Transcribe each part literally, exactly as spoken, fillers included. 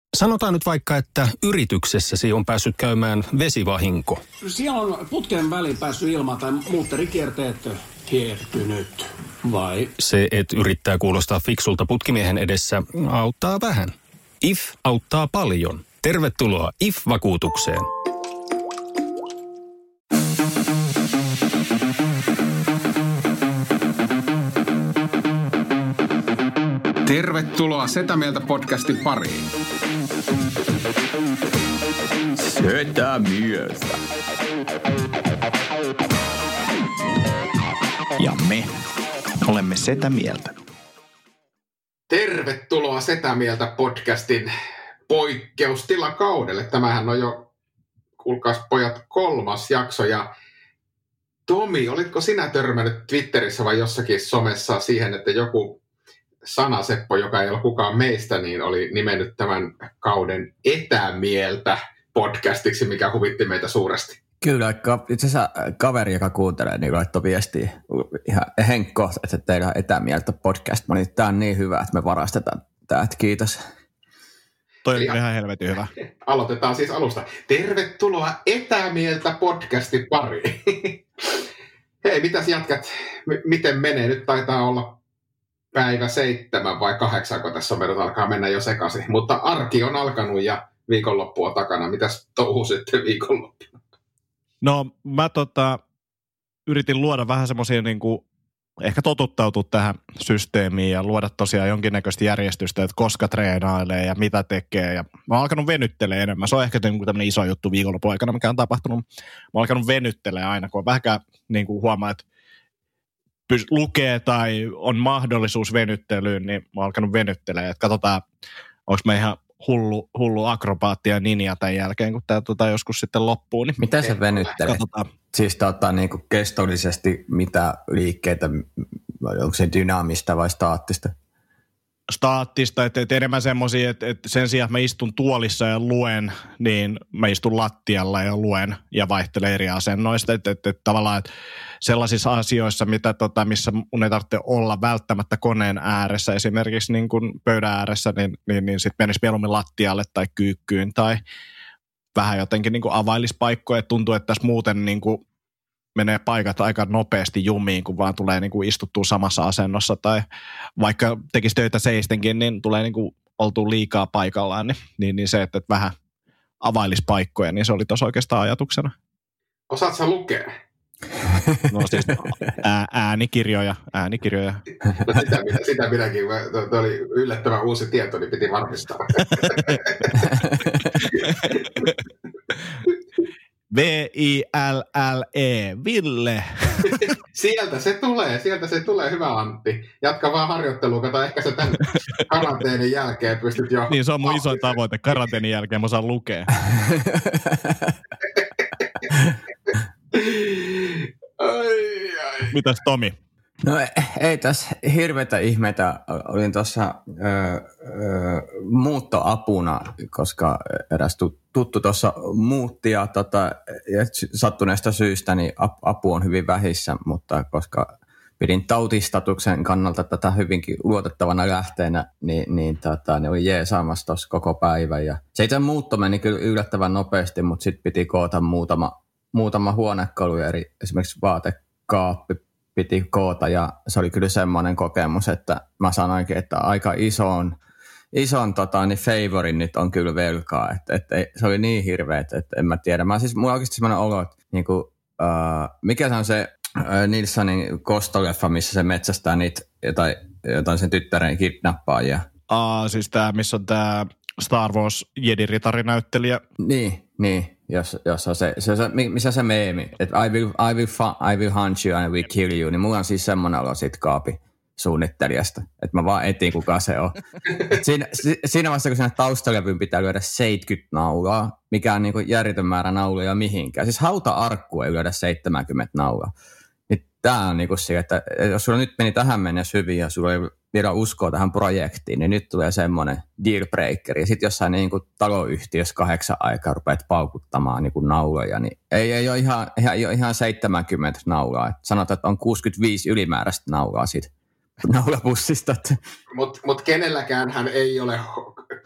Sanotaan nyt vaikka, että yrityksessäsi on päässyt käymään vesivahinko. Siellä on putken väliin päässyt ilma tai muutterikierteet hiertynyt, vai? Se, että yrittää kuulostaa fiksulta putkimiehen edessä, auttaa vähän. I F auttaa paljon. Tervetuloa I F-vakuutukseen. Tervetuloa Setä Mieltä podcastin pariin. Setä Mieltä. Ja me olemme Setä Mieltä. Tervetuloa Setä Mieltä podcastin poikkeustilakaudelle. Tämähän on jo, kuulkaas pojat, kolmas jakso. Ja Tomi, olitko sinä törmännyt Twitterissä vai jossakin somessa siihen, että joku sanaseppo, joka ei ole kukaan meistä, niin oli nimennyt tämän kauden Etämieltä podcastiksi, mikä huvitti meitä suuresti. Kyllä, itse asiassa kaveri, joka kuuntelee, niin laittoi viestiä ihan Henkko, että teillä Etämieltä podcast. Mä olin, tää on niin hyvä, että me varastetaan tää, että kiitos. Toi on ihan helvetin hyvä. Aloitetaan siis alusta. Tervetuloa Etämieltä podcastin pariin. Hei, mitäs jätkät? M- miten menee? Nyt taitaa olla päivä seitsemän vai kahdeksan, kun tässä on meidät alkaa mennä jo sekaisin. Mutta arki on alkanut ja viikonloppu on takana. Mitäs touhu sitten viikonloppuna? No mä tota, yritin luoda vähän semmoisia niin kuin, ehkä totuttautua tähän systeemiin ja luoda tosiaan jonkinnäköistä järjestystä, että koska treenailee ja mitä tekee. Ja mä oon alkanut venyttelemään enemmän. Se on ehkä tämmöinen iso juttu viikonlopun aikana, mikä on tapahtunut. Mä oon alkanut venyttelemään aina, kun vähänkään niin kuin huomaa, että lukee tai on mahdollisuus venyttelyyn, niin mä oon alkanut venyttelemään. Että katsotaan, onko mä ihan hullu, hullu akrobaatti ja ninja tämän jälkeen, kun tämä tota joskus sitten loppuu. Niin mitä se venyttelee? Katsotaan. Siis tota, niin kuin kestollisesti mitä liikkeitä, onko se dynaamista vai staattista? Staattista, että, että enemmän semmoisia, että, että sen sijaan, että mä istun tuolissa ja luen, niin mä istun lattialla ja luen ja vaihtelen eri asennoista. Että, että, että tavallaan että sellaisissa asioissa, mitä, tota, missä mun ei tarvitse olla välttämättä koneen ääressä, esimerkiksi niin kuin pöydän ääressä, niin, niin, niin sitten menisi mieluummin lattialle tai kyykkyyn tai vähän jotenkin niin kuin availisi paikkoja. Tuntuu, että tässä muuten niin kuin menee paikat aika nopeasti jumiin, kun vaan tulee niin kuin istuttua samassa asennossa tai vaikka tekisi töitä seistenkin, niin tulee niin kuin oltua liikaa paikallaan, niin, niin, niin se, että, että vähän availisi paikkoja, niin se oli tuossa oikeastaan ajatuksena. Osaat sä lukea? No siis ää, äänikirjoja, äänikirjoja. No sitä, sitä minäkin, tuo oli yllättävän uusi tieto, niin piti varmistaa. V I L L E, Ville. Sieltä se tulee, sieltä se tulee, hyvä Antti. Jatka vaan harjoittelua, kato ehkä sä tämän karanteenin jälkeen pystyt jo... Niin se on mun isoin tavoite, karanteenin jälkeen mä osaan lukea. ai, ai. Mitäs Tomi? No ei tässä hirveätä ihmeitä. Olin tuossa muuttoapuna, koska eräs tuttu tuossa muutti ja, tota, ja sattuneesta syystä niin apu on hyvin vähissä, mutta koska pidin tautistatuksen kannalta tätä hyvinkin luotettavana lähteenä, niin, niin, tota, niin oli jeesaamassa tuossa koko päivän. Ja se itse muutto meni kyllä yllättävän nopeasti, mutta sitten piti koota muutama, muutama huonekalu ja eri, esimerkiksi vaatekaappi piti koota ja se oli kyllä semmoinen kokemus, että mä sanoinkin, että aika ison, ison tota, niin favorin nyt on kyllä velkaa, että, että se oli niin hirveä, että, että en mä tiedä. Mä siis, mulla on oikeasti semmoinen olo, että niin kuin, uh, mikä se on se uh, Nilssonin kostoleffa, missä se metsästää niitä jotain, jotain sen tyttären kidnappaajia. Aa, siis tää, missä on tää Star Wars Jedi-ritarinäyttelijä. Niin, niin. Jos, jos on se, se, se, missä se meemi, että I will, I, will I will hunt you and I will kill you, niin mulla on siis semmoinen olo siitä kaapi suunnittelijasta, että mä vaan etin kuka se on. Siinä, siinä vaiheessa, kun siinä taustalevyn pitää lyödä seitsemänkymmentä naulaa, mikä on niin kuin järjetön määrä naulia mihinkään. Siis hauta-arkku ei lyödä seitsemänkymmentä naulaa. Niin tää on niin kuin se, että jos sulla nyt meni tähän mennessä hyvin ja sulla ei vielä uskoa tähän projektiin, niin nyt tulee semmoinen dealbreaker. Ja sitten jossain niin kuin taloyhtiössä kahdeksan aikaa rupeat paukuttamaan niin kuin nauloja, niin ei, ei, ole ihan, ei ole ihan seitsemänkymmentä naulaa. Et sanotaan, että on kuusikymmentäviisi ylimääräistä naulaa siitä naulapussista. Mutta mut kenelläkään hän ei ole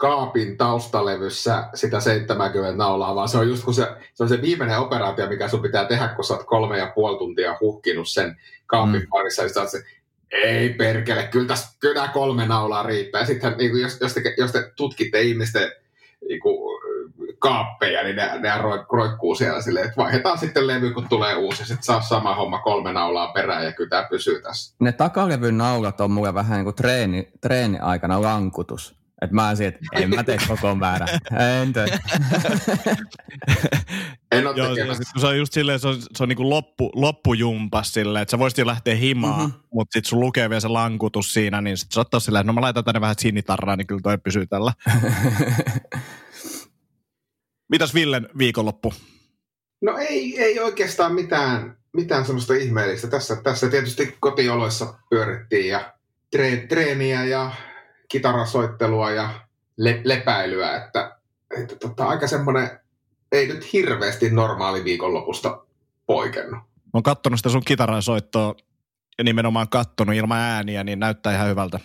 kaapin taustalevyssä sitä seitsemänkymmentä naulaa, vaan se on just kun se, se on se viimeinen operaatio, mikä sun pitää tehdä, kun sä oot kolme ja puoli tuntia huhkinut sen kaapin mm. parissa, ja sä oot se, ei perkele, kyllä tässä kyllä kolme naulaa riittää. Ja sitten niin jos, jos, te, jos te tutkitte ihmisten niin kuin, kaappeja, niin ne, ne roikkuu siellä silleen, että vaihdetaan sitten levy, kun tulee uusi, ja sitten saa sama homma kolme naulaa perään, ja kyllä tämä pysyy tässä. Ne takalevyn naulat on mulle vähän niin kuin treeni, treeni aikana lankutus. Että mä olisin, että en mä tee koko määrä. En tee. En ole Joo, tekemässä. se on just silleen, se on, se on niin kuin loppu, loppujumpas silleen, että sä voisit jo lähteä himaan, mm-hmm. mutta sit sun lukee vielä se lankutus siinä, niin sit sä ottaa silleen, että no mä laitan tänne vähän sinitarraa, niin kyllä toi pysyy tällä. Mitäs Villen viikonloppu? No ei, ei oikeastaan mitään, mitään semmoista ihmeellistä. Tässä, tässä tietysti kotioloissa pyörittiin ja tre, treeniä ja kitarasoittelua ja le, lepäilyä, että, että tota, aika semmoinen, ei nyt hirveästi normaali viikonlopusta poikennut. Mä oon kattonut sitä sun kitarasoittoa ja nimenomaan kattonut ilman ääniä, niin näyttää ihan hyvältä.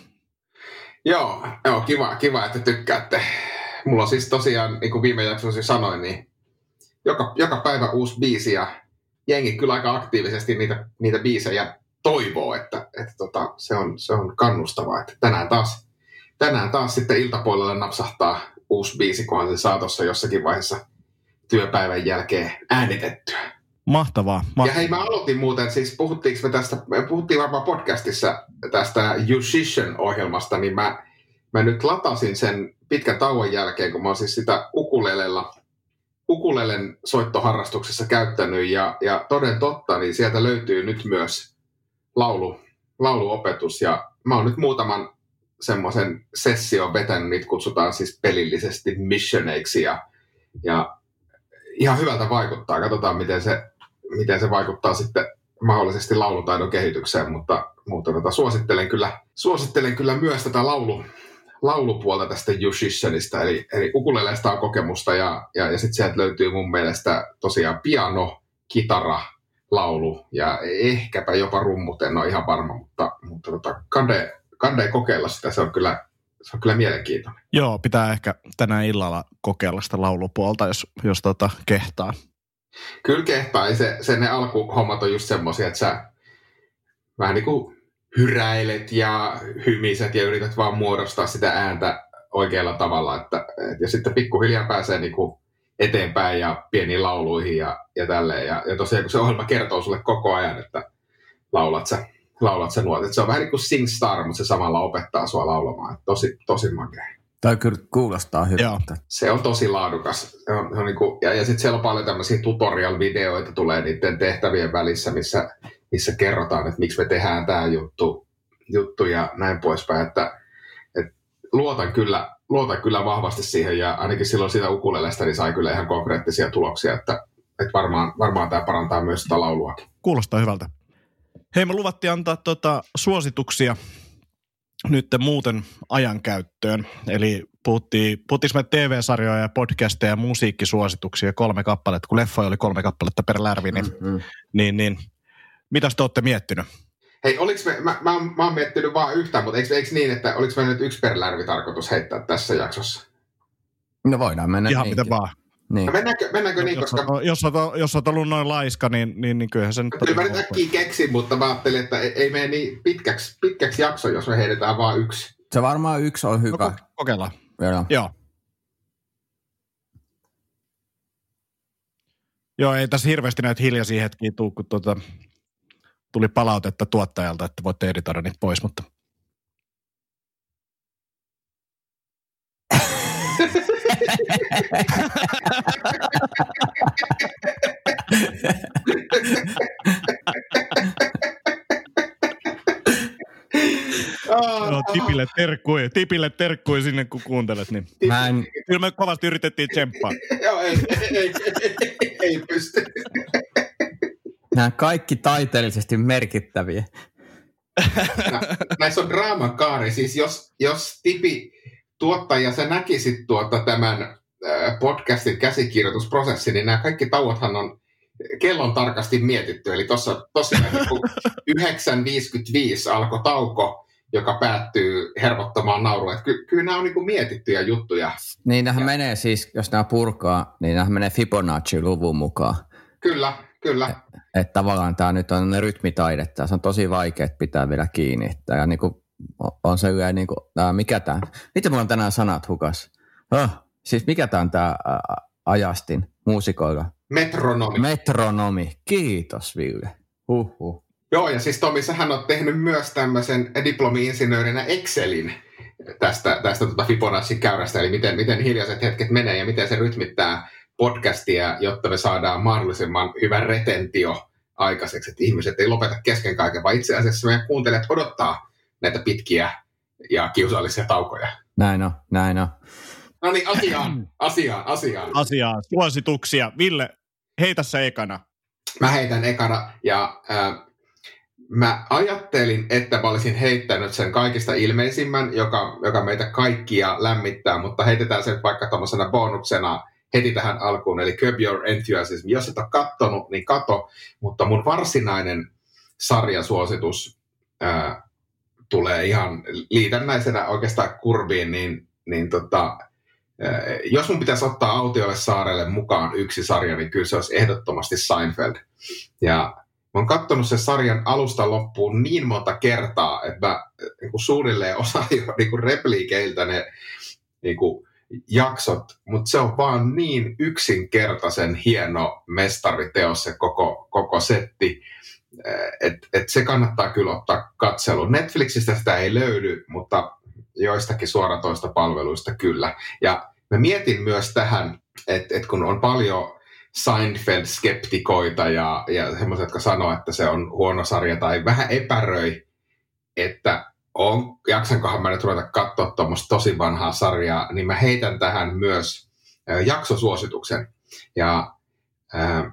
Joo, joo kiva, kiva, että tykkäätte. Mulla on siis tosiaan, niin kuin viime jaksossa sanoin, niin joka, joka päivä uusi biisi ja jengi kyllä aika aktiivisesti niitä, niitä biisejä toivoo, että, että tota, se, on, se on kannustavaa, että tänään taas, tänään taas sitten iltapuolella napsahtaa uusi biisi, kunhan se saa tuossa jossakin vaiheessa työpäivän jälkeen äänitettyä. Mahtavaa. mahtavaa. Ja hei, mä aloitin muuten, siis puhuttiinko me tästä, me puhuttiin varmaan podcastissa tästä Musician-ohjelmasta, niin mä, mä nyt latasin sen pitkän tauon jälkeen, kun mä oon siis sitä ukulelella, ukulelen soittoharrastuksessa käyttänyt, ja, ja toden totta, niin sieltä löytyy nyt myös laulu, lauluopetus, ja mä oon nyt muutaman semmoisen session vetänyt, niitä kutsutaan siis pelillisesti missioneiksi, ja, ja ihan hyvältä vaikuttaa. Katsotaan, miten se, miten se vaikuttaa sitten mahdollisesti laulutaidon kehitykseen, mutta, mutta tota, suosittelen, kyllä, suosittelen kyllä myös tätä laulu, laulupuolta tästä Musicianista, eli, eli ukulelesta on kokemusta, ja, ja, ja sitten sieltä löytyy mun mielestä tosiaan piano, kitara, laulu, ja ehkäpä jopa rummut, en ole ihan varma, mutta, mutta tota, kande, kande kokeilla sitä, se on kyllä, se on kyllä mielenkiintoinen. Joo, pitää ehkä tänään illalla kokeilla sitä laulupuolta, jos, jos tota kehtaa. Kyllä kehtaa, ja se, se ne alkuhommat on just semmoisia, että sä vähän niin kuin hyräilet ja hymiset ja yrität vaan muodostaa sitä ääntä oikealla tavalla, että, et, ja sitten pikkuhiljaa pääsee niin kuin eteenpäin ja pieniin lauluihin ja, ja tälleen, ja, ja tosiaan kun se ohjelma kertoo sulle koko ajan, että laulat sä, laulat sä nuotit. Se on vähän niin kuin SingStar, mutta se samalla opettaa sua laulamaan. Tosi, tosi makea. Tämä kyllä kuulostaa hyvältä. Se on tosi laadukas. Se on, se on niin kuin, ja, ja sitten siellä on paljon tämmöisiä tutorial-videoita tulee niiden tehtävien välissä, missä, missä kerrotaan, että miksi me tehdään tämä juttu, juttu ja näin poispäin. Että, että luotan, kyllä, luotan kyllä vahvasti siihen, ja ainakin silloin siitä ukulelesta niin sai kyllä ihan konkreettisia tuloksia, että, että varmaan, varmaan tämä parantaa myös sitä lauluakin. Kuulostaa hyvältä. Hei, me luvattiin antaa tuota suosituksia nyt muuten ajankäyttöön. Eli puhuttiin, puhuttiinko me T V-sarjoja ja podcasteja ja musiikkisuosituksia kolme kappaletta, kun leffoja oli kolme kappaletta per lärvi, niin, mm-hmm. niin, niin mitäs te olette miettinyt? Hei, oliks me, mä, mä, mä oon miettinyt vaan yhtään, mutta eikö, eikö niin, että oliko me nyt yksi per lärvi tarkoitus heittää tässä jaksossa? No voidaan mennä ihan niinkin. mitä vaan. Niin. Mennäänkö, mennäänkö niin, jos, koska... Oot, jos, oot, jos oot ollut noin laiska, niin, niin, niin kyllähän se nyt... Kyllä mä nyt äkkiä keksin, mutta mä ajattelin, että ei, ei mene niin pitkäksi, pitkäksi jakso, jos me heitetään vaan yksi. Se varmaan yksi on hyvä. No, kokeillaan. Joo. Joo. Joo, ei tässä hirveästi näitä hiljaisia hetkiä tule, kun tuota, tuli palautetta tuottajalta, että voitte editoida niitä pois, mutta... No, tipille terkkui, tipille terkkui sinne, kun kuuntelet. Niin. Mä en... Kyllä me kovasti yritettiin tsemppaa. Joo, ei, ei, ei, ei, ei pysty. Nämä kaikki taiteellisesti merkittäviä. Näissä on draaman kaari. Siis jos, jos Tipi tuottaja, sä näkisit tuota tämän podcastin käsikirjoitusprosessi, niin nämä kaikki tauothan on kellon tarkasti mietitty. Eli tuossa tosiaan yhdeksän viisikymmentäviisi alkoi tauko, joka päättyy hervottamaan naurua. Ky- kyllä nämä on niin kuin mietittyjä juttuja. Niin nämähän menee siis, jos nämä purkaa, niin nämähän menee Fibonacci-luvun mukaan. Kyllä, kyllä. Että et tavallaan tämä nyt on rytmitaidetta. Se on tosi vaikea pitää vielä kiinni. Ja niin kuin, on se yleensä, niin kuin, äh, mikä tämä, mitä mulla on tänään sanat hukas? Oh, siis mikä tämä on tämä äh, ajastin muusikoilla? Metronomi. Metronomi. Kiitos, Ville. Huhhuh. Joo, ja siis Tomi, sähän on tehnyt myös tämmöisen diplomi-insinöörinä Excelin tästä, tästä tuota Fibonacci-käyrästä, eli miten, miten hiljaiset hetket menee ja miten se rytmittää podcastia, jotta me saadaan mahdollisimman hyvä retentio aikaiseksi, että ihmiset ei lopeta kesken kaiken, vaan itse asiassa meidän kuuntelijat odottaa näitä pitkiä ja kiusallisia taukoja. Näin on, näin on. No niin, asiaan, asiaan, asiaan. Asiaan, suosituksia. Ville, heitä se ekana. Mä heitän ekana ja äh, mä ajattelin, että mä olisin heittänyt sen kaikista ilmeisimmän, joka, joka meitä kaikkia lämmittää, mutta heitetään sen vaikka tommosena bonuksena heti tähän alkuun, eli Curb Your Enthusiasm. Jos et ole kattonut, niin kato, mutta mun varsinainen sarjasuositus ää, tulee ihan liitännäisenä oikeastaan kurviin, niin, niin tota, ää, jos mun pitäisi ottaa Autiolle saarelle mukaan yksi sarja, niin kyllä se olisi ehdottomasti Seinfeld. Ja mä oon katsonut sen sarjan alusta loppuun niin monta kertaa, että mä niin kuin suunnilleen osaan jo niin kuin repliikeiltä ne niin kuin jaksot, mutta se on vaan niin yksinkertaisen hieno mestariteos se koko, koko setti, että et se kannattaa kyllä ottaa katseluun. Netflixistä sitä ei löydy, mutta joistakin suoratoista palveluista kyllä. Ja mä mietin myös tähän, että et kun on paljon Seinfeld-skeptikoita ja, ja semmoisia, jotka sanoo, että se on huono sarja tai vähän epäröi, että on, jaksankohan mä nyt ruveta katsoa tuommoista tosi vanhaa sarjaa, niin mä heitän tähän myös äh, jaksosuosituksen. Ja äh,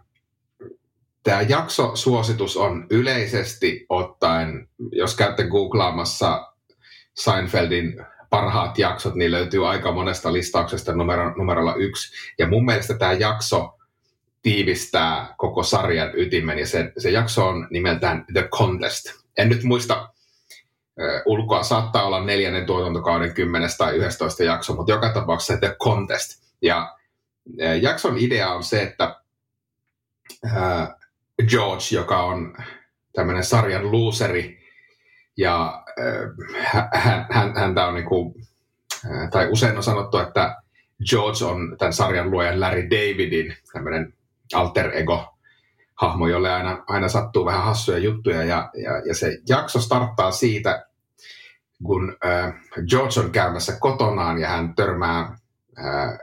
tämä jaksosuositus on yleisesti ottaen, jos käytte googlaamassa Seinfeldin parhaat jaksot, niin löytyy aika monesta listauksesta numero, numerolla yksi. Ja mun mielestä tämä jakso tiivistää koko sarjan ytimen, ja se, se jakso on nimeltään The Contest. En nyt muista ulkoa, saattaa olla neljännen tuotantokauden kymmenes tai yhdestoista jakso, mutta joka tapauksessa The Contest. Ja jakson idea on se, että George, joka on tämmöinen sarjan looseri, ja hän, hän, häntä on niinku, tai usein on sanottu, että George on tämän sarjan luojan Larry Davidin tämmöinen alter ego hahmo, jolle aina, aina sattuu vähän hassuja juttuja, ja, ja, ja se jakso starttaa siitä, kun äh, George on käymässä kotonaan, ja hän törmää äh,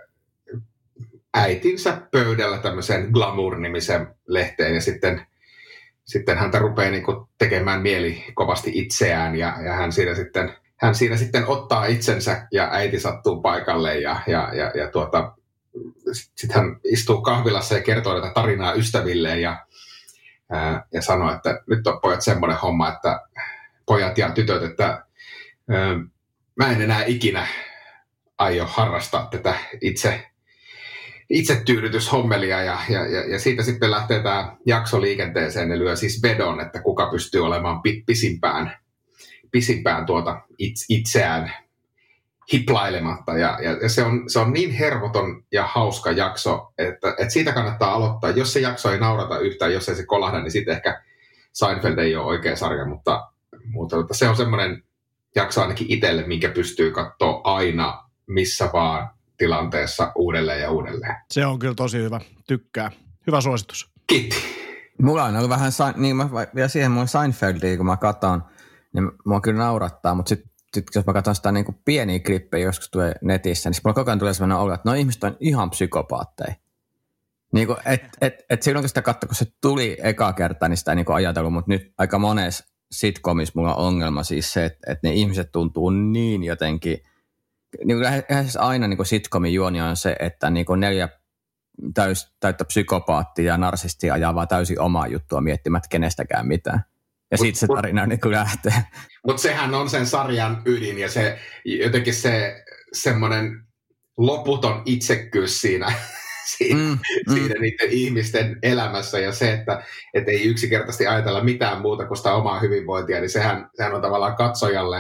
äitinsä pöydällä tämmöiseen Glamour-nimisen lehteen, ja sitten, sitten häntä rupeaa niinku tekemään mieli kovasti itseään, ja, ja hän, siinä sitten, hän siinä sitten ottaa itsensä, ja äiti sattuu paikalle, ja, ja, ja, ja tuota, sitten hän istuu kahvilassa ja kertoo tätä tarinaa ystävilleen, ja Ää, ja sanoi, että nyt on pojat semmoinen homma, että pojat ja tytöt, että ää, mä en enää ikinä aio harrastaa tätä itse, itsetyydytyshommelia, ja, ja, ja, ja siitä sitten lähtee tämä jakso liikenteeseen, ja lyö siis vedon, että kuka pystyy olemaan pisimpään, pisimpään tuota itseään hiplailematta, ja, ja, ja se, on, se on niin hervoton ja hauska jakso, että, että siitä kannattaa aloittaa. Jos se jakso ei naurata yhtään, jos ei se kolahda, niin sitten ehkä Seinfeld ei ole oikea sarja, mutta, mutta se on semmoinen jakso ainakin itselle, minkä pystyy katsoa aina missä vaan tilanteessa uudelleen ja uudelleen. Se on kyllä tosi hyvä, tykkää. Hyvä suositus. Kiitti. Mulla on ollut vähän, niin mä vielä siihen mun Seinfeldia, kun mä katon, niin mua kyllä naurattaa, mutta sitten Sitten jos mä katson sitä niin kuin pieniä klippejä, joskus tulee netissä, niin mulla koko ajan tulee sellainen olo, että no ihmiset on ihan psykopaatteja. Niin kuin, et, et, et silloin kun sitä katsoi, kun se tuli eka kertaa, niin sitä ei niin kuin ajatellut, mutta nyt aika monessa sitcomissa mulla on ongelma siis se, että, että ne ihmiset tuntuu niin jotenkin, niin kuin lähes aina niin kuin sitcomin juoni on se, että niin kuin neljä täys, täyttä psykopaattia ja narsistia ajaa vaan täysin omaa juttua miettimättä kenestäkään mitään. Ja siitä se tarina niin kuin lähtee. Mutta sehän on sen sarjan ydin, ja se jotenkin se semmoinen loputon itsekkyys siinä, siinä, mm, siinä mm. niiden ihmisten elämässä, ja se, että et ei yksinkertaisesti ajatella mitään muuta kuin sitä omaa hyvinvointia, niin sehän, sehän on tavallaan katsojalle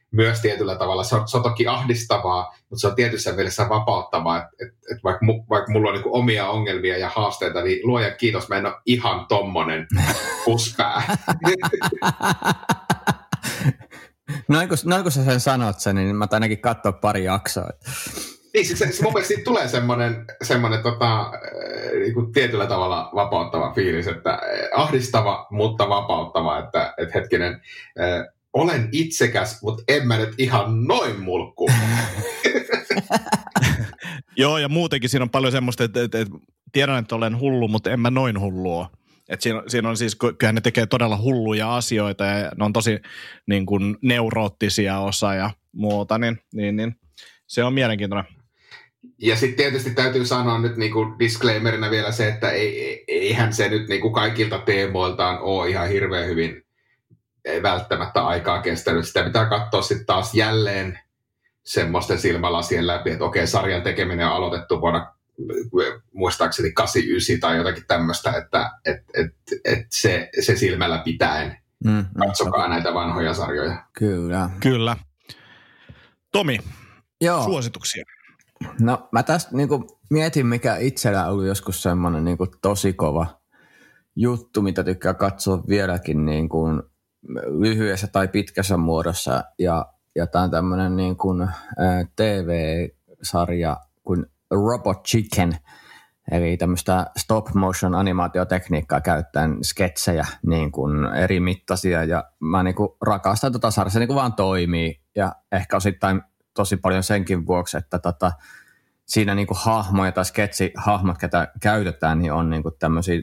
myös tietyllä tavalla. Se on, se on toki ahdistavaa, mutta se on tietyssä mielessä vapauttavaa, että et, et vaikka, mu, vaikka mulla on niin kuin omia ongelmia ja haasteita, niin luojan kiitos, mä en ole ihan tommonen kuspää. Noin kun, noin kun sä sen sanot sen, niin mä ainakin katsoa pari jaksoa. Niin, siis se, se mun mielestä siitä tulee semmoinen, semmoinen tota, niin kuin tietyllä tavalla vapauttava fiilis, että ahdistava, mutta vapauttava, että, että hetkinen, äh, olen itsekäs, mutta en mä nyt ihan noin mulkku. Joo, ja muutenkin siinä on paljon semmoista, että, että, että tiedän, että olen hullu, mutta en mä noin hullua. Että siinä, siinä on siis, kyllähän ne tekee todella hulluja asioita ja ne on tosi niin kuin neuroottisia osa ja muuta, niin, niin, niin se on mielenkiintoinen. Ja sitten tietysti täytyy sanoa nyt niinku disclaimerina vielä se, että ei, eihän se nyt niinku kaikilta teemoiltaan ole ihan hirveän hyvin välttämättä aikaa kestänyt. Sitä pitää katsoa sitten taas jälleen semmoisten silmälasien läpi, että okei, sarjan tekeminen on aloitettu vuonna muistaakseni kahdeksankymmentäyhdeksän tai jotakin tämmöistä, että et, et, et se, se silmällä pitäen. Mm, Katsokaa mm, näitä vanhoja sarjoja. Kyllä. Kyllä. Tomi, Joo. Suosituksia. No mä tästä niinku mietin, mikä itsellä on ollut joskus semmoinen niinku tosi kova juttu, mitä tykkää katsoa vieläkin niinku lyhyessä tai pitkässä muodossa. Ja, ja tämä on tämmöinen niinku, T V-sarja kuin Robot Chicken, eli tämmöistä stop motion animaatiotekniikkaa käyttäen sketsejä niin kuin eri mittaisia. Ja mä niin kuin rakastan tota sarjaa, se niin kuin vaan toimii. Ja ehkä osittain tosi paljon senkin vuoksi, että tota, siinä niin kuin hahmoja tai sketsihahmot, ketä käytetään, niin on niin kuin tämmöisiä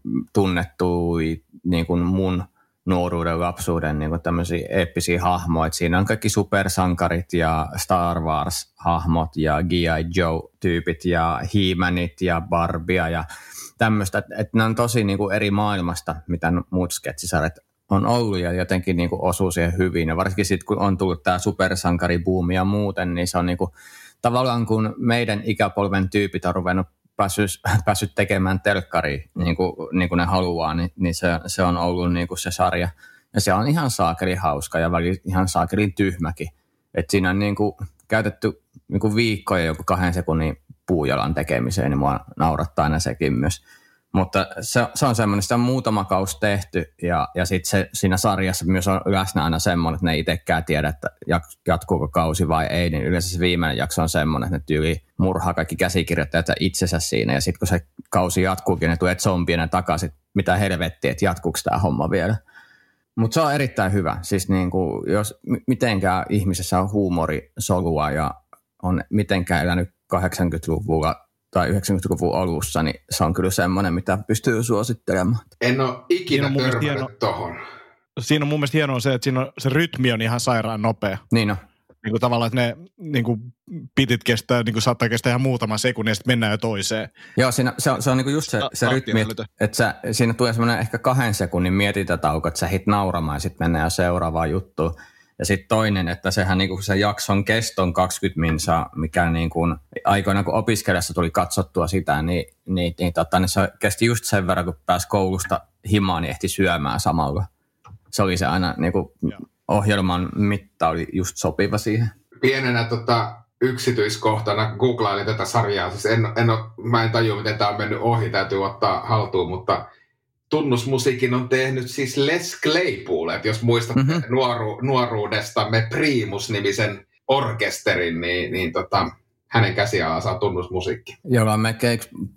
tunnettuja niin kuin mun nuoruuden, lapsuuden niin kuin tämmöisiä eeppisiä hahmoja. Et siinä on kaikki supersankarit ja Star Wars-hahmot ja G I. Joe-tyypit ja He-Manit ja Barbia ja tämmöistä. Että et ne on tosi niin kuin eri maailmasta, mitä muut sketsisarjat on ollut ja jotenkin niin kuin osuu siihen hyvin. Ja varsinkin sitten, kun on tullut tämä supersankaribuumi ja muuten, niin se on niin kuin, tavallaan kun meidän ikäpolven tyypit on ruvennut Päässyt, päässyt tekemään telkkaria niin kuin, niin kuin ne haluaa, niin, niin se, se on ollut niin kuin se sarja. Ja se on ihan saakeli hauska ja välillä ihan saakelin tyhmäkin. Et siinä on niin kuin käytetty niin kuin viikkoja joku kahden sekunnin puujalan tekemiseen, niin mua naurattaa aina sekin myös. Mutta se, se on semmoinen, sitä on muutama kausi tehty ja, ja sitten se, siinä sarjassa myös on läsnä aina semmoinen, että ne ei itsekään tiedä, että jatkuuko kausi vai ei, niin yleensä se viimeinen jakso on semmoinen, että ne tyyli murhaa kaikki käsikirjoittajat ja itsensä siinä ja sitten kun se kausi jatkuukin, ne tulee zombiena takaisin, mitä helvettiä, että jatkuuko tämä homma vielä. Mutta se on erittäin hyvä, siis niin kuin, jos mitenkään ihmisessä on huumorisolua ja on mitenkään elänyt kahdeksankymmentäluvulla tai yhdeksänkymmentäluvun alussa, niin se on kyllä semmoinen, mitä pystyy suosittelemaan. En ole ikinä törmännyt tohon. Siinä on mun mielestä hienoa se, että siinä on, se rytmi on ihan sairaan nopea. Niin on. Niin kuin tavallaan, että ne niin kuin pitit kestää, niin kuin saattaa kestää ihan muutaman sekunnin ja sitten mennään jo toiseen. Joo, siinä, se on, se on niin kuin just se, se rytmi, että, että sä, siinä tulee semmoinen ehkä kahden sekunnin mietintätauko, että sä hit nauramaan ja sitten mennään jo seuraavaan juttuun. Ja sitten toinen, että sehän niinku se jakson keston kaksikymmentä minsaa, mikä niinku aikoina kun opiskelijassa tuli katsottua sitä, niin, niin, niin, tota, niin se kesti just sen verran, kun pääsi koulusta himaan, niin ehti syömään samalla. Se oli se aina niinku ohjelman mitta oli just sopiva siihen. Pienenä tota, yksityiskohtana googlailin tätä sarjaa. Siis en, en ole, mä en tajua, miten tämä on mennyt ohi, täytyy ottaa haltuun, mutta tunnusmusiikin on tehnyt siis Les Claypool, että jos muistatte mm-hmm. nuoru, nuoruudestamme Primus-nimisen orkesterin, niin, niin tota, hänen käsialaan saa tunnusmusiikki. Jolla on melkein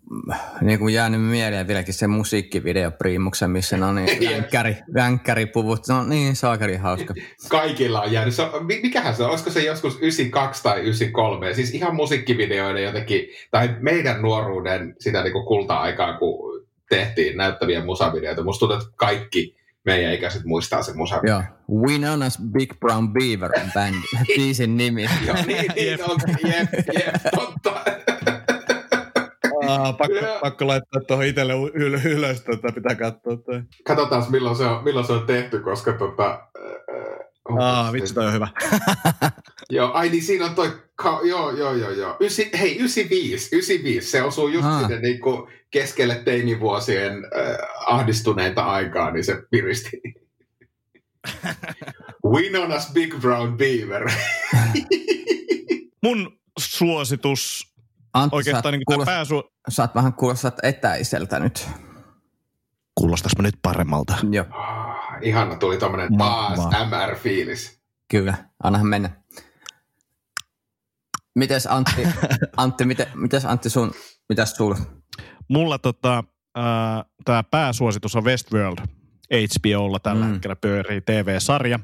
niin kuin jäänyt mieleen vieläkin se musiikkivideo Primuksen, missä ne on niin vänkkäri, vänkkäripuvut. No niin, saakari hauska. Kaikilla on jäänyt. Se on, mikähän se on? Olisiko se joskus yhdeksänkymmentäkaksi tai yhdeksänkymmentäkolme? Siis ihan musiikkivideoiden jotenkin, tai meidän nuoruuden sitä niin kuin kulta-aikaa, kun tehtiin näyttäviä musavideoita. Musta tuntuu, että kaikki meidän ikäiset muistaa sen musavideo. Joo. Winona's Big Brown Beaver on bändi. Biisin nimi. Joo, niin, niin on. Jep, jep, totta. Aa, pakko, pakko laittaa tuohon itselle yl- ylös, tota, pitää katsoa toi. Katsotaan, milloin se on, milloin se on tehty, koska tota... Oh, Aa, vitsi, toi on hyvä. Joo, ai niin siinä on toi, ka- joo, joo, joo, joo. Ysi, hei, yhdeksänkymmentäviisi, yhdeksänkymmentäviisi, se osuu just Aa. sinne niin kuin keskelle teinivuosien äh, ahdistuneita aikaa, niin se piristi. Winona's Big Brown Beaver. Mun suositus Antti, oikeastaan sä, niin kuulost, pääsu... saat vähän kuulostat etäiseltä nyt. Kuulostaks mä nyt paremmalta? Joo. Oh, ihana, tuli tommonen taas M R-fiilis. Kyllä, annahan mennä. Mites Antti, Antti miten, mites Antti sun, mitäs sulla? Mulla tota, äh, tää pääsuositus on Westworld. H B O:lla tällä mm. hetkellä pyörii T V-sarja.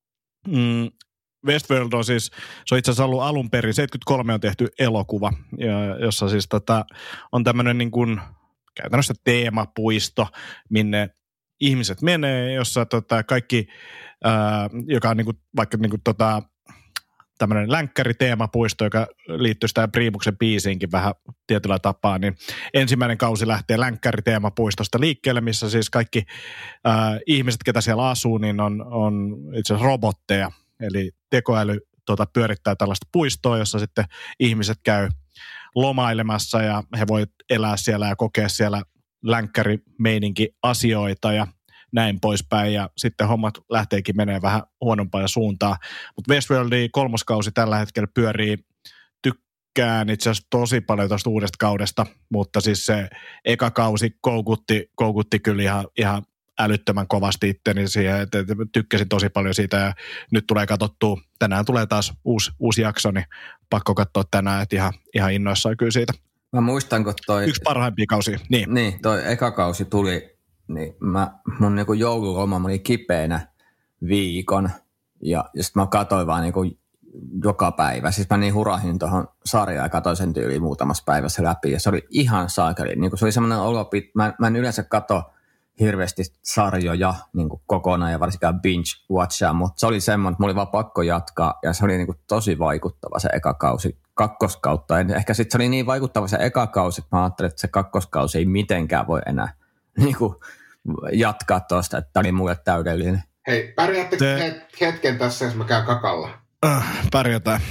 Mm, Westworld on siis, se on itse asiassa ollut alun perin, seitsemänkymmentäkolme on tehty elokuva, jossa siis tota, on tämmöinen niin kuin käytännössä teemapuisto, minne ihmiset menee, jossa tota, kaikki, ää, joka on niin kuin, vaikka niin kuin, tota, tämmöinen länkkäriteemapuisto, joka liittyy tähän Priimuksen biisiinkin vähän tietyllä tapaa, niin ensimmäinen kausi lähtee länkkäriteemapuistosta liikkeelle, missä siis kaikki ää, ihmiset, ketä siellä asuu, niin on, on itse asiassa robotteja, eli tekoäly tuota, pyörittää tällaista puistoa, jossa sitten ihmiset käy lomailemassa ja he voi elää siellä ja kokea siellä länkkärimeininki asioita ja näin poispäin, ja sitten hommat lähteekin menee vähän huonompaan suuntaan. Mutta Westworldin kolmoskausi tällä hetkellä pyörii, tykkään itse asiassa tosi paljon tuosta uudesta kaudesta, mutta siis se eka kausi koukutti, koukutti kyllä ihan, ihan älyttömän kovasti itteni siihen, että tykkäsin tosi paljon siitä, ja nyt tulee katsottua, tänään tulee taas uusi, uusi jakso, niin pakko katsoa tänään, että ihan, ihan innoissaan kyllä siitä. Mä muistan, kun toi... Yksi parhaimpia kausia, niin. Niin, toi eka kausi tuli, niin mä, mun niinku joululoma, mä olin kipeänä viikon, ja, ja sitten mä katsoin vaan niinku joka päivä. Siis mä niin hurahin tuohon sarjaan ja katsoin sen tyyliin muutamassa päivässä läpi, ja se oli ihan saakeli. Niinku se oli semmoinen olo, mä, mä en yleensä katso hirveästi sarjoja niin kuin kokonaan ja varsinkaan binge-watchaa, mutta se oli semmoinen, että mulla oli vaan pakko jatkaa ja se oli niin kuin tosi vaikuttava se eka kausi. Kakkoskautta, ehkä sitten se oli niin vaikuttava se eka kausi, että mä ajattelin, että se kakkoskausi ei mitenkään voi enää niin kuin jatkaa tuosta, että tämä oli mulle täydellinen. Hei, pärjäättekö Te... hetken tässä, jos mä käyn kakalla? Uh, pärjätään.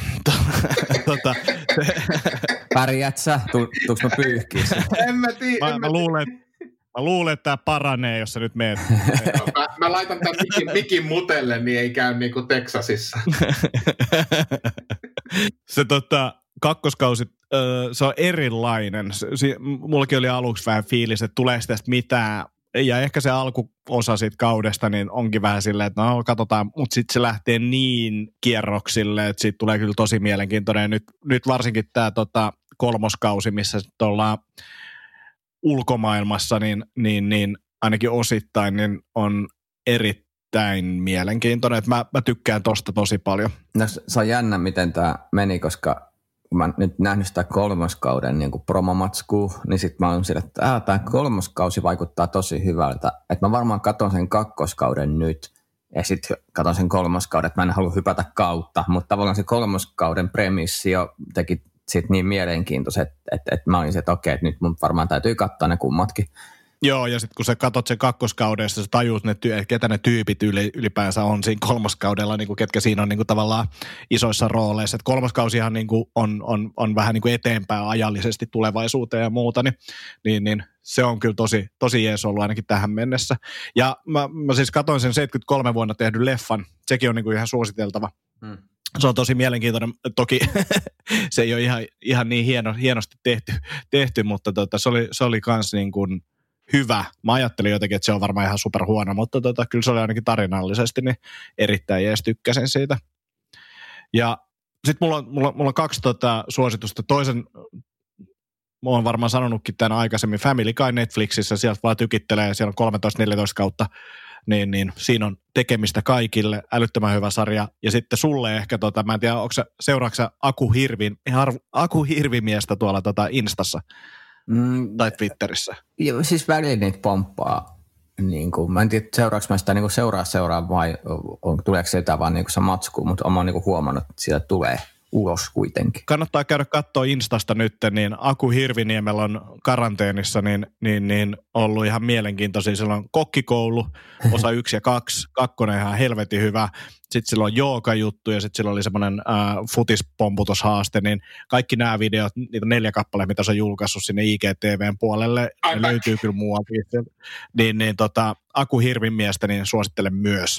tota, Pärjät sä? Tuuks mä pyyhkiä? En mä tiedä. Mä, mä luulen, Mä luulen, että tämä paranee, jos sä nyt meet. mä, mä laitan tämän mikin, mikin mutelle, niin ei käy niin kuin Texasissa. Se tota, kakkoskausi, se on erilainen. Se, se, mullakin oli aluksi vähän fiilis, että tulee tästä mitään. Ja ehkä se alkuosa siitä kaudesta niin onkin vähän silleen, että no katsotaan, mutta sitten se lähtee niin kierroksille, että siitä tulee kyllä tosi mielenkiintoinen. Nyt, nyt varsinkin tämä tota, kolmoskausi, missä sitten ollaan ulkomaailmassa, niin, niin, niin ainakin osittain niin on erittäin mielenkiintoinen. Että mä, mä tykkään tosta tosi paljon. No, se on jännä, miten tämä meni, koska kun mä nyt nähnyt sitä kolmoskauden niin kuin promomatskua, niin sitten mä oon sillä, että tämä kolmoskausi vaikuttaa tosi hyvältä. Että mä varmaan katson sen kakkoskauden nyt ja sitten katson sen kolmoskauden, että mä en halua hypätä kautta. Mutta tavallaan se kolmoskauden premissi jo teki sitten niin mielenkiintoiset, että, että, että mä olin se, että okei, että nyt mun varmaan täytyy katsoa ne kummatkin. Joo, ja sitten kun sä katot sen kakkoskaudessa, sä tajuut, ne ty- ketä ne tyypit ylipäänsä on siinä kolmoskaudella, niin kuin ketkä siinä on niin kuin tavallaan isoissa rooleissa. Et kolmoskausihan niin kuin on, on, on vähän niin kuin eteenpäin ajallisesti tulevaisuuteen ja muuta, niin, niin, niin se on kyllä tosi, tosi jees ollut ainakin tähän mennessä. Ja mä, mä siis katsoin sen seitsemänkymmentäkolme vuonna tehdyn leffan, sekin on niin kuin ihan suositeltava. Hmm. Se on tosi mielenkiintoinen. Toki se ei ole ihan, ihan niin hieno, hienosti tehty, tehty mutta tota, se oli, se oli kans niin kuin hyvä. Mä ajattelin jotenkin, että se on varmaan ihan superhuono, mutta tota, kyllä se oli ainakin tarinallisesti niin erittäin jees, tykkäsin siitä. Ja sitten mulla, mulla, mulla on kaksi tota, suositusta. Toisen, mä oon varmaan sanonutkin tämän aikaisemmin, Family Guy Netflixissä, sieltä vaan tykittelee, siellä on kolmetoista neljätoista kautta, niin, niin siinä on tekemistä kaikille, älyttömän hyvä sarja. Ja sitten sulle ehkä, tota, mä en tiedä, onko sä, seuraatko sä Aku, Hirvin, Aku Hirvimiestä tuolla tota Instassa? Mm, tai Twitterissä. Joo, siis väliin niitä pomppaa. Niin kuin, mä en tiedä, seuraavaksi mä sitä niin seuraa seuraa vai on, tuleeko se jotain vaan niin se matsku, mutta olen niin huomannut, että sieltä tulee ulos kuitenkin. Kannattaa käydä katsoa Instasta nyt, niin Aku Hirviniemellä on karanteenissa, niin, niin, niin ollut ihan mielenkiintoisia. Sillä on kokkikoulu, osa yksi ja kaksi, kakkonen ihan helvetin hyvä. Sitten sillä on joogajuttu ja sitten sillä oli semmoinen äh, futispomputushaaste, niin kaikki nämä videot, niitä neljä kappaleita, mitä se on julkaissut sinne I G T V:n puolelle, ne löytyy kyllä muualtakin. Niin, niin tota, Aku Hirvimiestä niin suosittelen myös.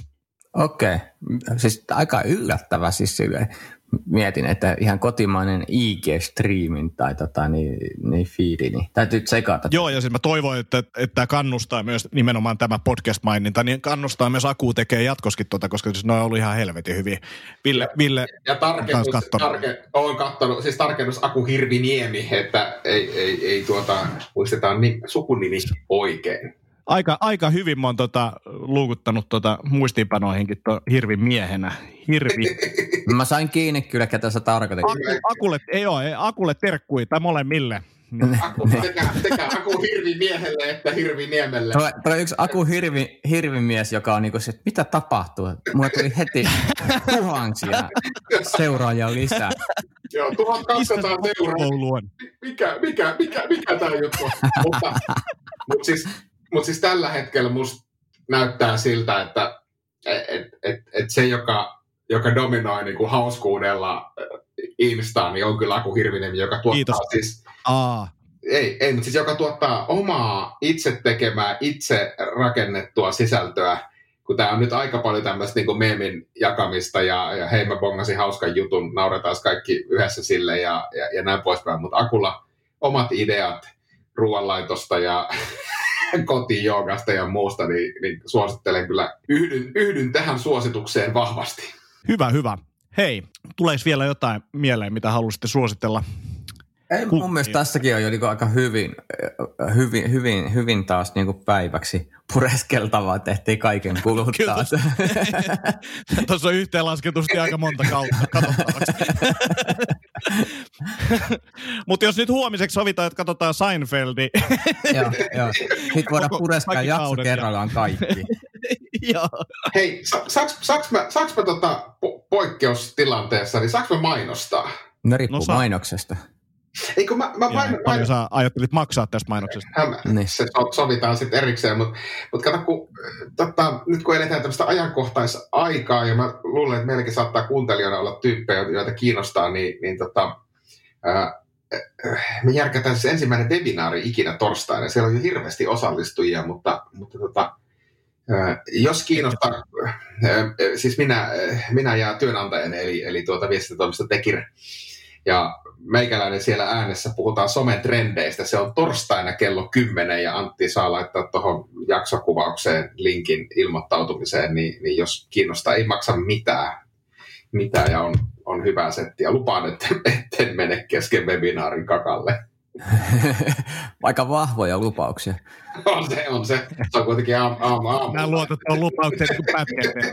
Okei. Okay. Siis aika yllättävä siis silleen. Mietin, että ihan kotimainen I G-striimin tai tota, niin, niin feedi, niin täytyy tsekata. Joo, ja siis mä toivon, että, että tämä kannustaa myös nimenomaan tämä podcast-maininta, niin kannustaa myös Aku tekee jatkoskin tuota, koska siis ne on ollut ihan helvetin hyviä. Ville, ja, Ville ja tarkennus, tarke, olen katsonut, siis tarkennus Aku Hirviniemi, että ei, ei, ei tuota, muistetaan ni, sukunimi oikein. Aika, aika hyvin mä oon tota, luukuttanut tota muistiinpanoihinkin to Hirvin miehenä. Hirvi. Mä sain kiinni kyllä, ketä sä tarkoitit. Aku, akulle, ei oo, ei, Akulle terkkui tai molemmille. Aku, sekä, sekä Aku Hirvimiehelle että Hirviniemelle. Tuo, tuo yksi Aku hirvi, Hirvimies, joka on niinku se, että mitä tapahtuu? Mulla tuli heti tuhansia seuraajia lisää. Joo, tuhatkaksisataa seuraajia. Mikä, mikä, mikä, mikä tää juttu on? mutta, mutta siis... Mutta siis tällä hetkellä musta näyttää siltä, että et, et, et se, joka, joka dominoi niinku hauskuudella Instaa, niin on kyllä Aku Hirviniemi, joka tuottaa Kiitos. siis... Aa. Ei, ei, mutta siis joka tuottaa omaa itse tekemää, itse rakennettua sisältöä, kun tää on nyt aika paljon tämmöistä niinku meemin jakamista ja, ja hei mä bongasin hauskan jutun, nauretaan kaikki yhdessä sille ja, ja, ja näin poispäin, mutta Akulla omat ideat ruoanlaitosta ja... kotijoogasta ja muusta, niin, niin suosittelen kyllä, yhdyn, yhdyn tähän suositukseen vahvasti. Hyvä, hyvä. Hei, tuleeko vielä jotain mieleen, mitä haluaisitte suositella? Ei, mun mielestä tässäkin on jo niin aika hyvin, hyvin, hyvin, hyvin taas niin kuin päiväksi pureskeltavaa, tehtiin kaiken kuluttaa. Tuossa on yhteenlasketusti aika monta kautta katsottavaksi. Mutta jos nyt huomiseksi sovitaan, että katsotaan Seinfeldia. Joo, joo. Sitten voidaan pureskaa jakso kerrallaan kaikki. Joo. Hei, sa- saaks, saaks mä, saaks mä tota po- poikkeustilanteessa, niin saaks mä mainostaa? No riippuu no, mainoksesta. Eikö mä, mä main, main, paljon sä ajattelit maksaa tästä mainoksesta? Niin. Se so, sovitaan sitten erikseen, mutta mut kato, kun, tota, nyt kun eletään tämmöistä ajankohtaisaikaa, ja mä luulen, että meilläkin saattaa kuuntelijoina olla tyyppejä, joita kiinnostaa, niin, niin tota, ää, me järkätään siis ensimmäinen webinaari ikinä torstaina. Siellä on jo hirveästi osallistujia, mutta, mutta tota, ää, jos kiinnostaa, ää, siis minä, minä ja työnantajani, eli, eli tuota viestintätoimisto Tekire, ja meikäläinen siellä äänessä puhutaan sometrendeistä. Se on torstaina kello kymmenen ja Antti saa laittaa tuohon jaksokuvaukseen linkin ilmoittautumiseen, niin, niin jos kiinnostaa, ei maksa mitään, mitään ja on, on hyvä setti. Ja lupaan, että etten mene kesken webinaarin kakalle. Aika vahvoja lupauksia. On se, on se. Se on kuitenkin aamu. Aam, aam. Mä luotan tuon lupauksen kuin pätkäteen.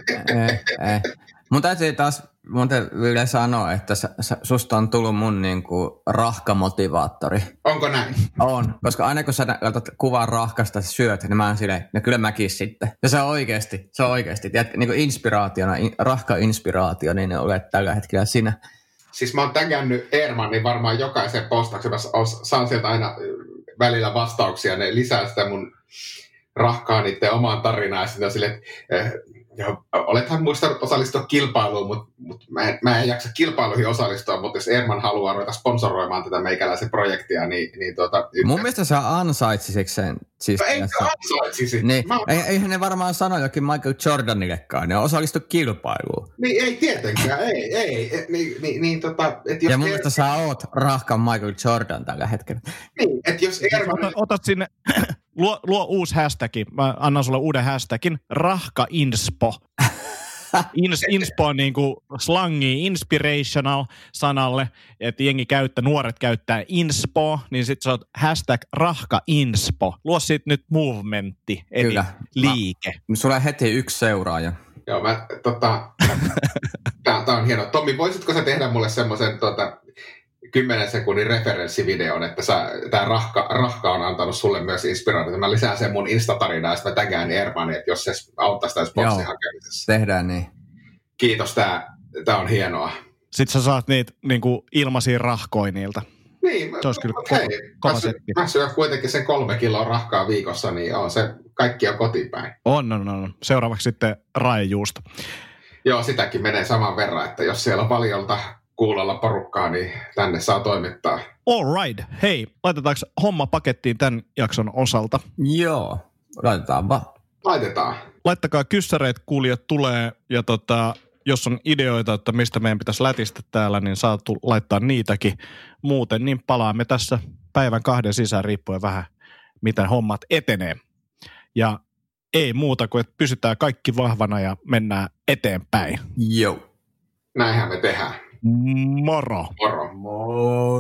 Mun täytyy taas mun vielä sanoa, että sä, sä, susta on tullut mun niinku rahkamotivaattori. Onko näin? On, koska aina kun sä otat kuvan rahkasta syöt, niin mä oon silleen, no kyllä mäkin sitten. Ja se on oikeesti, se on oikeesti. Tiedät, niin kuin inspiraationa, in, rahka-inspiraatio, niin olet tällä hetkellä sinä. Siis mä oon tägännyt Eermanin varmaan jokaisen postauksen. Mä saan sieltä aina välillä vastauksia, ne lisää sitä mun rahkaa niiden omaan tarinaan. Ja sitten on silleen, että ja olethan muistanut osallistua kilpailuun, mutta mut mä, en, mä en jaksa kilpailuihin osallistua, mutta jos Eerman haluaa ruveta sponsoroimaan tätä meikäläisen projektia, niin, niin tuota... Mun mielestä sä ansaitsisit sen. Siis no eikö ansaitsisi? Niin, mä... eihän ne varmaan sano jokin Michael Jordanillekaan, ne osallistu kilpailuun. Niin ei tietenkään, ei, ei. Niin, niin, niin tota... Et jos ja mun er... mielestä sä oot rahkan Michael Jordan tällä hetkellä. Niin, että jos Eerman... Otat, otat sinne... Luo, luo uusi hashtagi. Mä annan sulle uuden hashtagin. Rahka-inspo. Ins, inspo on niin kuin slangi inspirational sanalle, että jengi käyttää, nuoret käyttää inspo, niin sit se on hashtag rahka-inspo. Luo siitä nyt movementti, eli Kyllä. liike. Mä, sulla heti yksi seuraaja. Joo, mä tota... tää, tää on hieno. Tommi, voisitko sä tehdä mulle semmoisen tota... kymmenen sekunnin referenssivideon, että tämä rahka, rahka on antanut sulle myös inspiraatiota. Mä lisään sen mun Insta-tarinaa, ja sitten mä tägään Eermanin, että jos se auttaa sitä sponssin hakemisessa. Tehdään niin. Kiitos, tämä on hienoa. Sitten sä saat niitä niinku ilmaisia rahkoja niiltä. Niin, se olisi kyllä hei, kova, kova mä, setti. Mä syön kuitenkin sen kolme kiloa rahkaa viikossa, niin on se kaikki on kotipäin. On, on, on. Seuraavaksi sitten raejuusto. Joo, sitäkin menee saman verran, että jos siellä on paljolta kuulolla porukkaa, niin tänne saa toimittaa. All right. Hei, laitetaanko homma pakettiin tämän jakson osalta? Joo, laitetaan vaan. Laitetaan. laittakaa kyssäreitä, kuulijat tulee, ja tota, jos on ideoita, että mistä meidän pitäisi lätistä täällä, niin saa tu- laittaa niitäkin. Muuten niin palaamme tässä päivän kahden sisään, riippuen vähän, miten hommat etenee. Ja ei muuta kuin, että pysytään kaikki vahvana ja mennään eteenpäin. Joo. Näinhän me tehdään. Moro. Moro. Moro.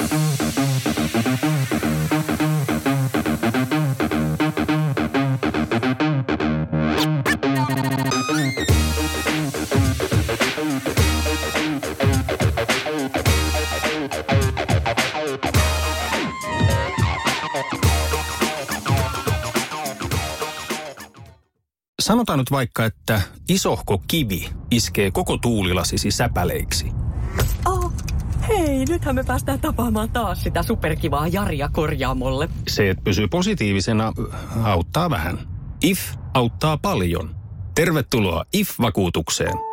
Sanotaan nyt vaikka, että isohko kivi iskee koko tuulilasisi säpäleiksi. Oh, hei, nythän me päästään tapaamaan taas sitä superkivaa Jaria korjaamolle. Se, että pysyy positiivisena, auttaa vähän. I F auttaa paljon. Tervetuloa I F-vakuutukseen.